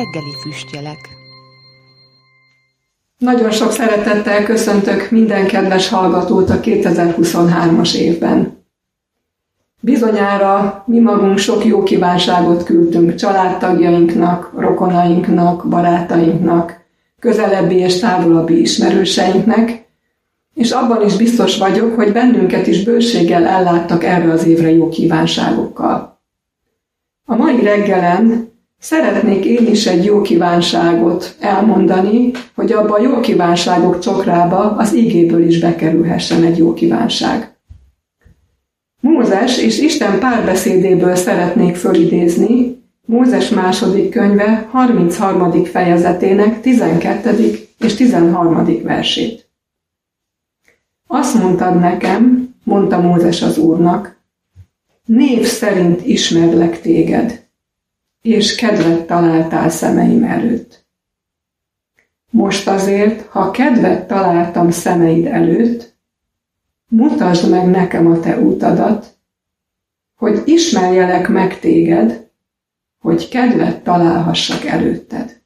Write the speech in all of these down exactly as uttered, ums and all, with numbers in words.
Reggeli füstjelek. Nagyon sok szeretettel köszöntök minden kedves hallgatót a kétezer-huszonhármas évben. Bizonyára mi magunk sok jó kívánságot küldtünk családtagjainknak, rokonainknak, barátainknak, közelebbi és távolabbi ismerőseinknek, és abban is biztos vagyok, hogy bennünket is bőséggel elláttak erre az évre jó kívánságokkal. A mai reggelen szeretnék én is egy jó kívánságot elmondani, hogy abba a jó kívánságok csokrába az ígéből is bekerülhessen egy jó kívánság. Mózes és Isten párbeszédéből szeretnék fölidézni Mózes második könyve harmincharmadik fejezetének tizenkettedik és tizenharmadik versét. Azt mondtad nekem, mondta Mózes az Úrnak, név szerint ismerlek téged, és kedvet találtál szemeim előtt. Most azért, ha kedvet találtam szemeid előtt, mutasd meg nekem a te utadat, hogy ismerjelek meg téged, hogy kedvet találhassak előtted.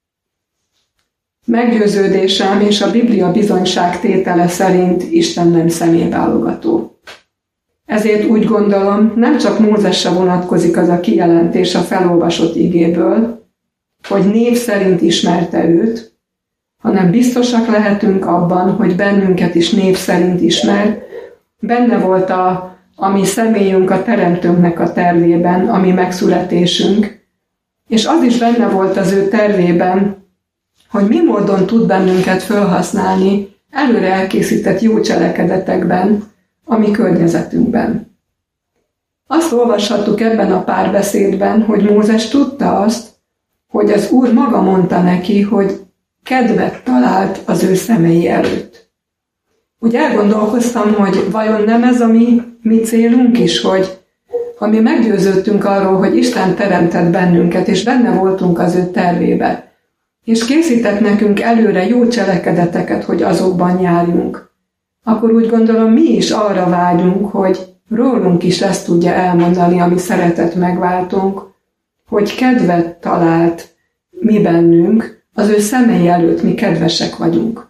Meggyőződésem és a Biblia bizonyságtétele szerint Isten nem személyválogató. Ezért úgy gondolom, nem csak Mózesre vonatkozik az a kijelentés a felolvasott igéből, hogy név szerint ismerte őt, hanem biztosak lehetünk abban, hogy bennünket is név szerint ismer, benne volt a, a mi személyünk a Teremtőnknek a tervében, a mi megszületésünk, és az is benne volt az ő tervében, hogy mi módon tud bennünket felhasználni előre elkészített jó cselekedetekben, a mi környezetünkben. Azt olvashattuk ebben a párbeszédben, hogy Mózes tudta azt, hogy az Úr maga mondta neki, hogy kedvet talált az ő szemei előtt. Úgy elgondolkoztam, hogy vajon nem ez a mi, mi célunk is, hogy ha mi meggyőződtünk arról, hogy Isten teremtett bennünket, és benne voltunk az ő tervébe, és készített nekünk előre jó cselekedeteket, hogy azokban járjunk, akkor úgy gondolom, mi is arra vágyunk, hogy rólunk is ezt tudja elmondani a mi szeretett megváltónk, hogy kedvet talált mi bennünk, az ő szemei előtt mi kedvesek vagyunk.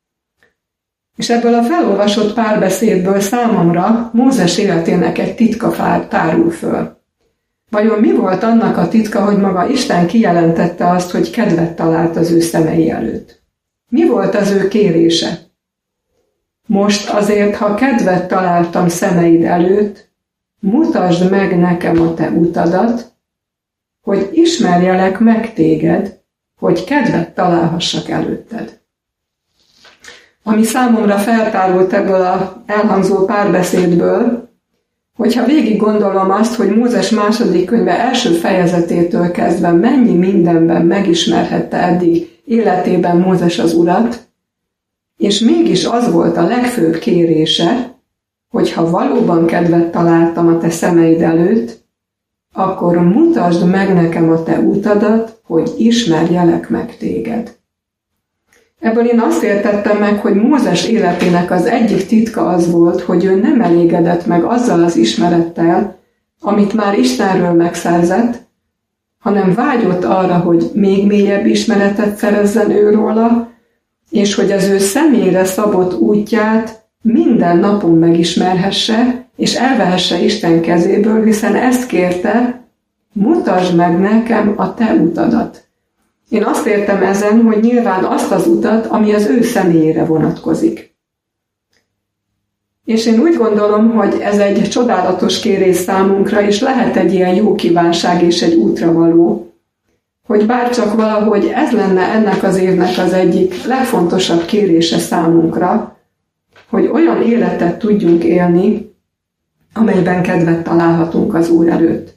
És ebből a felolvasott párbeszédből számomra Mózes életének egy titka tárul föl. Vajon mi volt annak a titka, hogy maga Isten kijelentette azt, hogy kedvet talált az ő szemei előtt? Mi volt az ő kérése? Most azért, ha kedvet találtam szemeid előtt, mutasd meg nekem a te utadat, hogy ismerjelek meg téged, hogy kedvet találhassak előtted. Ami számomra feltárult ebből az elhangzó párbeszédből, hogyha végig gondolom azt, hogy Mózes második könyve első fejezetétől kezdve mennyi mindenben megismerhette eddig életében Mózes az Urat, és mégis az volt a legfőbb kérése, hogy ha valóban kedvet találtam a te szemeid előtt, akkor mutasd meg nekem a te utadat, hogy ismerjelek meg téged. Ebből én azt értettem meg, hogy Mózes életének az egyik titka az volt, hogy ő nem elégedett meg azzal az ismerettel, amit már Istenről megszerzett, hanem vágyott arra, hogy még mélyebb ismeretet szerezzen ő róla, és hogy az ő személyre szabott útját minden napon megismerhesse, és elvehesse Isten kezéből, hiszen ezt kérte, mutasd meg nekem a te utadat. Én azt értem ezen, hogy nyilván azt az utat, ami az ő személyére vonatkozik. És én úgy gondolom, hogy ez egy csodálatos kérés számunkra, és lehet egy ilyen jó kívánság és egy útravaló, hogy bárcsak valahogy ez lenne ennek az évnek az egyik legfontosabb kérése számunkra, hogy olyan életet tudjunk élni, amelyben kedvet találhatunk az Úr előtt.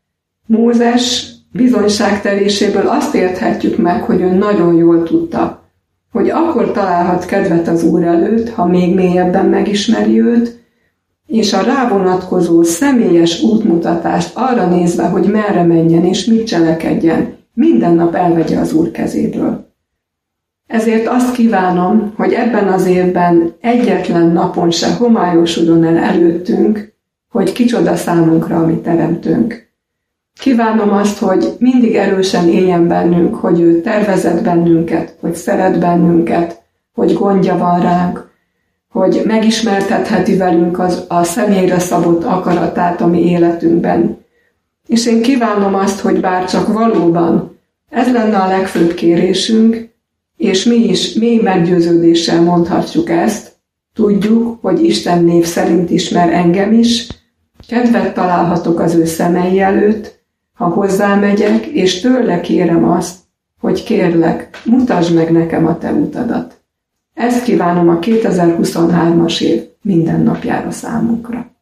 Mózes bizonyságteléséből azt érthetjük meg, hogy ő nagyon jól tudta, hogy akkor találhat kedvet az Úr előtt, ha még mélyebben megismeri őt, és a rávonatkozó személyes útmutatást arra nézve, hogy merre menjen és mit cselekedjen, minden nap elvegye az Úr kezéből. Ezért azt kívánom, hogy ebben az évben egyetlen napon se homályosodjon el előttünk, hogy kicsoda számunkra a mi teremtőnk. Kívánom azt, hogy mindig erősen éljen bennünk, hogy ő tervezett bennünket, hogy szeret bennünket, hogy gondja van ránk, hogy megismertetheti velünk az, a személyre szabott akaratát a mi életünkben. És én kívánom azt, hogy bár csak valóban ez lenne a legfőbb kérésünk, és mi is mély meggyőződéssel mondhatjuk ezt, tudjuk, hogy Isten név szerint ismer engem is, kedvet találhatok az ő szemei előtt, ha hozzámegyek, és tőle kérem azt, hogy kérlek, mutasd meg nekem a te utadat. Ezt kívánom a kétezer-huszonhármas év minden napjára számunkra.